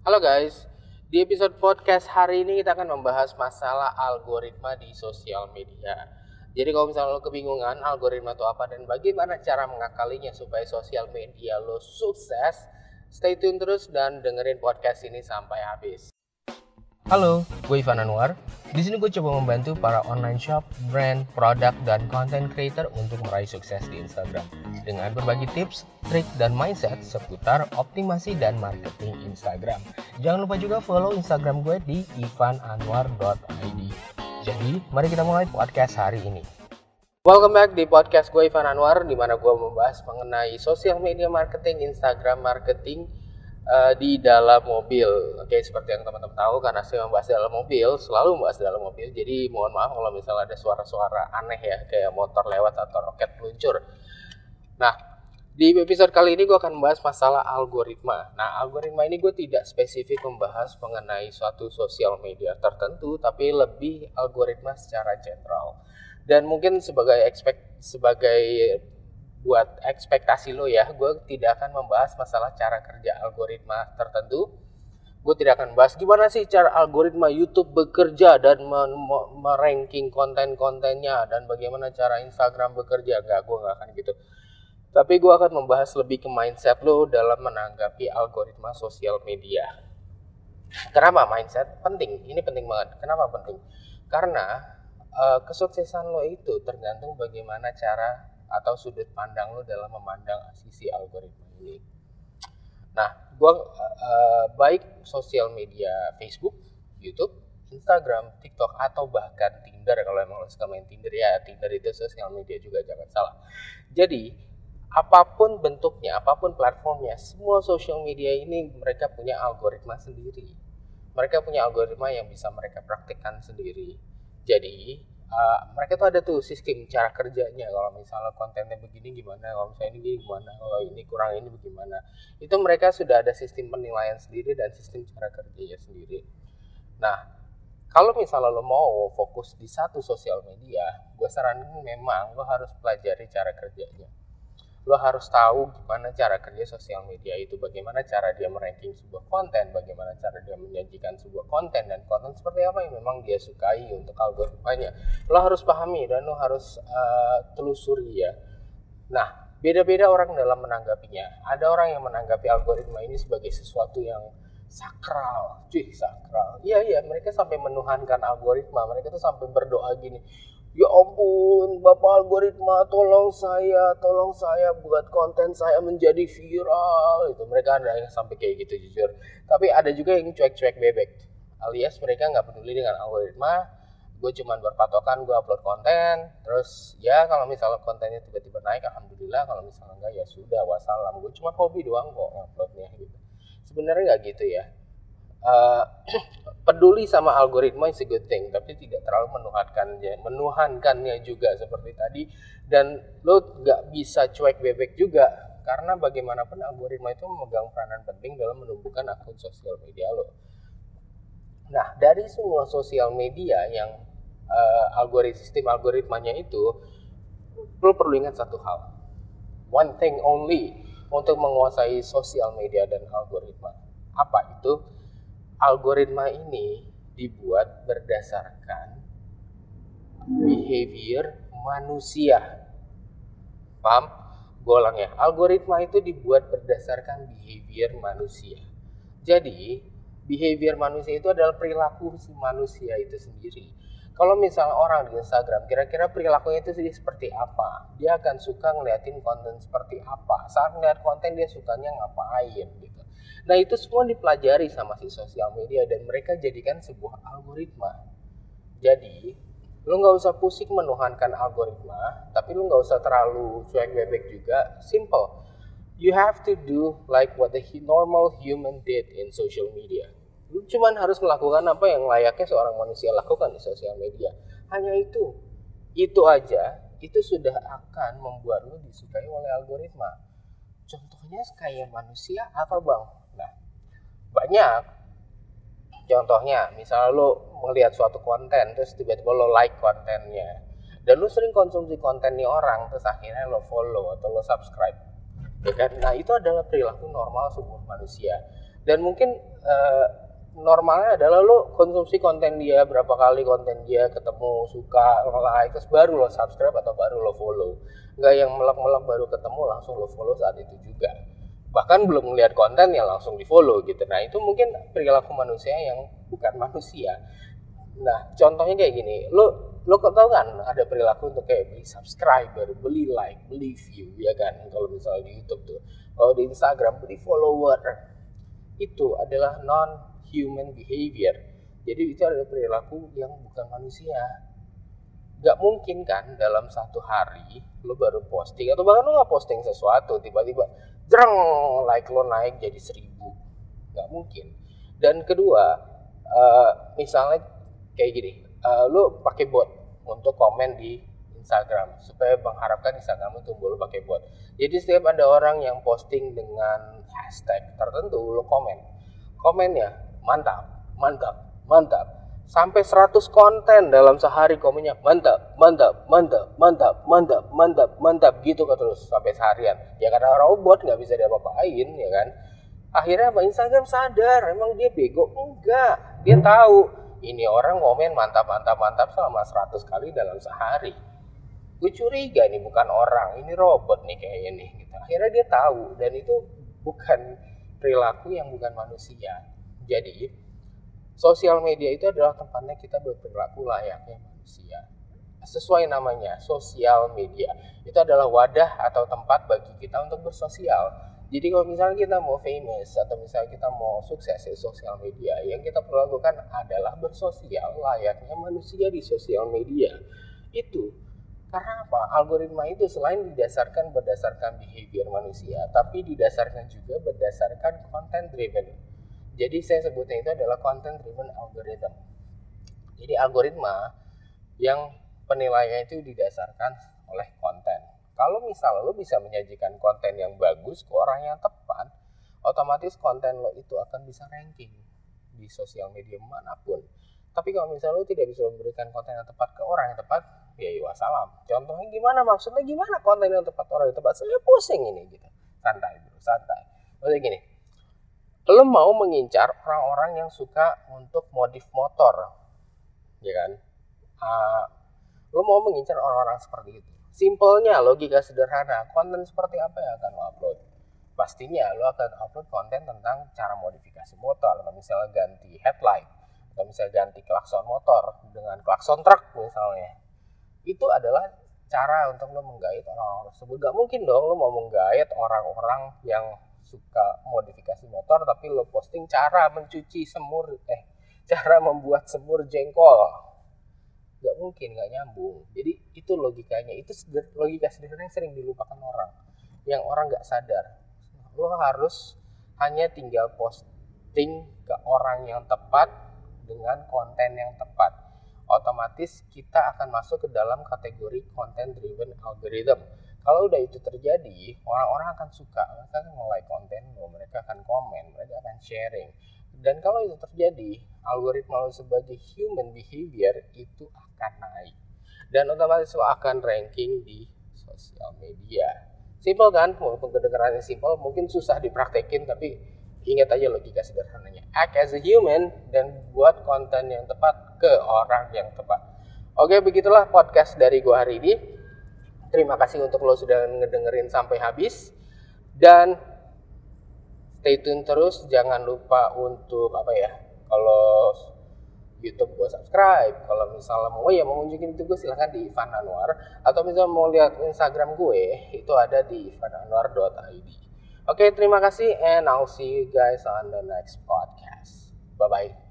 Halo guys, di episode podcast hari ini kita akan membahas masalah algoritma di sosial media. Jadi kalau misalnya lo kebingungan algoritma itu apa dan bagaimana cara mengakalinya supaya sosial media lo sukses, stay tune terus dan dengerin podcast ini sampai habis. Halo, gue Ivan Anwar. Di sini gue coba membantu para online shop, brand, produk, dan content creator untuk meraih sukses di Instagram dengan berbagi tips, trik, dan mindset seputar optimasi dan marketing Instagram. Jangan lupa juga follow Instagram gue di ivananwar.id. Jadi, mari kita mulai podcast hari ini. Welcome back di podcast gue Ivan Anwar, di mana gue membahas mengenai social media marketing, Instagram marketing di dalam mobil. Oke, seperti yang teman-teman tahu, karena saya membahas dalam mobil, selalu membahas dalam mobil. Jadi mohon maaf kalau misalnya ada suara-suara aneh ya, kayak motor lewat atau roket meluncur. Nah, di episode kali ini gue akan membahas masalah algoritma. Nah, algoritma ini gue tidak spesifik membahas mengenai suatu sosial media tertentu, tapi lebih algoritma secara general. Dan mungkin sebagai buat ekspektasi lo ya, gue tidak akan membahas masalah cara kerja algoritma tertentu. Gue tidak akan membahas gimana sih cara algoritma YouTube bekerja dan meranking konten-kontennya, dan bagaimana cara Instagram bekerja. Gue gak akan gitu. Tapi gue akan membahas lebih ke mindset lo dalam menanggapi algoritma sosial media. Kenapa mindset penting? Ini penting banget. Kenapa penting? Karena kesuksesan lo itu tergantung bagaimana cara atau sudut pandang lo dalam memandang sisi algoritma ini. Nah, gue baik sosial media Facebook, YouTube, Instagram, TikTok, atau bahkan Tinder. Kalau emang lo suka main Tinder ya, Tinder itu sosial media juga, jangan salah. Jadi, apapun bentuknya, apapun platformnya, semua sosial media ini mereka punya algoritma sendiri. Mereka punya algoritma yang bisa mereka praktikkan sendiri. Jadi, mereka tuh ada tuh sistem cara kerjanya. Kalau misalnya kontennya begini gimana, kalau misalnya ini gimana, kalau ini kurang ini bagaimana. Itu mereka sudah ada sistem penilaian sendiri dan sistem cara kerjanya sendiri. Nah, kalau misalnya lo mau fokus di satu sosial media, gue saranin memang lo harus pelajari cara kerjanya. Lo harus tahu gimana cara kerja sosial media itu, bagaimana cara dia meranking sebuah konten, bagaimana cara dia menyajikan sebuah konten, dan konten seperti apa yang memang dia sukai untuk algoritmanya. Lo harus pahami dan lo harus telusuri ya. Nah, beda-beda orang dalam menanggapinya. Ada orang yang menanggapi algoritma ini sebagai sesuatu yang sakral. Sakral. Iya, mereka sampai menuhankan algoritma. Mereka tuh sampai berdoa gini, ya ampun, Bapak algoritma, tolong saya buat konten saya menjadi viral. Itu mereka ada yang sampai kayak gitu, jujur. Tapi ada juga yang cuek-cuek bebek, alias mereka nggak peduli dengan algoritma. Gue cuma berpatokan, gue upload konten, terus ya kalau misalnya kontennya tiba-tiba naik, alhamdulillah. Kalau misalnya enggak, ya sudah, wassalam. Gue cuma hobi doang kok uploadnya gitu. Sebenarnya nggak gitu ya. Peduli sama algoritma is a good thing, tapi tidak terlalu menuhankannya juga seperti tadi. Dan lo nggak bisa cuek bebek juga, karena bagaimanapun algoritma itu memegang peranan penting dalam menumbuhkan akun sosial media lo. Nah, dari semua sosial media yang sistem algoritmanya itu, lo perlu ingat satu hal, one thing only untuk menguasai sosial media dan algoritma. Apa itu? Algoritma ini dibuat berdasarkan behavior manusia. Paham? Gue ulang ya. Algoritma itu dibuat berdasarkan behavior manusia. Jadi, behavior manusia itu adalah perilaku si manusia itu sendiri. Kalau misalnya orang di Instagram, kira-kira perilakunya itu seperti apa? Dia akan suka ngeliatin konten seperti apa? Saat ngeliat konten dia sukanya ngapain gitu. Nah, itu semua dipelajari sama si sosial media dan mereka jadikan sebuah algoritma. Jadi, lo nggak usah pusing menuhankan algoritma, tapi lo nggak usah terlalu cuek bebek juga. Simple. You have to do like what the normal human did in social media. Lo cuma harus melakukan apa yang layaknya seorang manusia lakukan di sosial media. Hanya itu. Itu aja, itu sudah akan membuat lo disukai oleh algoritma. Contohnya kayak manusia apa bang? Nah, banyak. Contohnya, misalnya lo melihat suatu konten, terus tiba-tiba lo like kontennya, dan lo sering konsumsi kontennya orang, terus akhirnya lo follow atau lo subscribe, ya kan? Nah, itu adalah perilaku normal sebuah manusia. Dan mungkin normalnya adalah lo konsumsi konten dia, berapa kali konten dia ketemu, suka, like, terus baru lo subscribe atau baru lo follow. Nggak yang melek-melek baru ketemu langsung lo follow saat itu juga. Bahkan belum melihat konten ya langsung di follow gitu. Nah itu mungkin perilaku manusia yang bukan manusia. Nah contohnya kayak gini, lo tau kan ada perilaku untuk kayak beli subscriber, beli like, beli view ya kan. Kalau misalnya di YouTube tuh, kalau di Instagram beli follower, itu adalah non-human behavior. Jadi itu adalah perilaku yang bukan manusia. Gak mungkin kan dalam satu hari lo baru posting, atau bahkan lo gak posting sesuatu tiba-tiba jreng like lo naik jadi 1000. Gak mungkin. Dan kedua, misalnya kayak gini, lo pakai bot untuk komen di Instagram supaya mengharapkan Instagram itu tumbuh, lo pakai bot. Jadi setiap ada orang yang posting dengan hashtag tertentu, lo komennya mantap, mantap, mantap. Sampai 100 konten dalam sehari komennya mantap, mantap, mantap, mantap, mantap, mantap, mantap gitu kan terus sampai seharian. Ya karena robot nggak bisa diapa-apain ya kan. Akhirnya Instagram sadar, emang dia bego? Enggak, dia tahu ini orang komen mantap, mantap, mantap selama 100 kali dalam sehari. Gue curiga nih bukan orang, ini robot nih kayaknya nih. Gitu. Akhirnya dia tahu dan itu bukan perilaku yang bukan manusia. Jadi sosial media itu adalah tempatnya kita berperilaku layaknya manusia. Sesuai namanya, sosial media. Itu adalah wadah atau tempat bagi kita untuk bersosial. Jadi kalau misalnya kita mau famous atau misalnya kita mau sukses di sosial media, yang kita perlu lakukan adalah bersosial layaknya manusia di sosial media. Itu karena apa? Algoritma itu selain berdasarkan behavior manusia, tapi didasarkan juga berdasarkan content driven. Jadi saya sebutnya itu adalah content driven algorithm. Jadi algoritma yang penilaiannya itu didasarkan oleh konten. Kalau misalnya lo bisa menyajikan konten yang bagus ke orang yang tepat, otomatis konten lo itu akan bisa ranking di sosial media manapun. Tapi kalau misalnya lo tidak bisa memberikan konten yang tepat ke orang yang tepat, ya wassalam. Contohnya gimana? Maksudnya gimana konten yang tepat orang yang tepat? Saya pusing ini gitu. Santai bro, santai. Maksudnya gini, lo mau mengincar orang-orang yang suka untuk modif motor, ya kan? Lo mau mengincar orang-orang seperti itu. Simpelnya, logika sederhana, konten seperti apa yang akan lo upload? Pastinya lo akan upload konten tentang cara modifikasi motor, atau misalnya ganti headlight, atau misalnya ganti klakson motor dengan klakson truk misalnya. Itu adalah cara untuk lo menggait orang-orang tersebut. Gak mungkin dong lo mau menggait orang-orang yang suka modifikasi motor tapi lo posting cara mencuci cara membuat semur jengkol. Gak mungkin, gak nyambung. Jadi itu logikanya, itu logika sederhana yang sering dilupakan orang, yang orang gak sadar. Lo harus hanya tinggal posting ke orang yang tepat dengan konten yang tepat. Otomatis kita akan masuk ke dalam kategori content driven algorithm. Kalau udah itu terjadi, orang-orang akan suka, mereka akan nge-like konten lo, mereka akan komen, mereka akan sharing. Dan kalau itu terjadi, algoritma lo sebagai human behavior itu akan naik. Dan otomatis lo akan ranking di sosial media. Simple kan? Walaupun kedengarannya simple, mungkin susah dipraktekin, tapi ingat aja logika sederhananya. Act as a human dan buat konten yang tepat ke orang yang tepat. Oke, begitulah podcast dari gua hari ini. Terima kasih untuk lo sudah ngedengerin sampai habis. Dan stay tune terus. Jangan lupa untuk kalau YouTube gue subscribe. Kalau misalnya mau ngunjungin itu gue silahkan di Ivan Anwar. Atau misalnya mau lihat Instagram gue, itu ada di ivananwar.id. Oke, terima kasih and I'll see you guys on the next podcast. Bye-bye.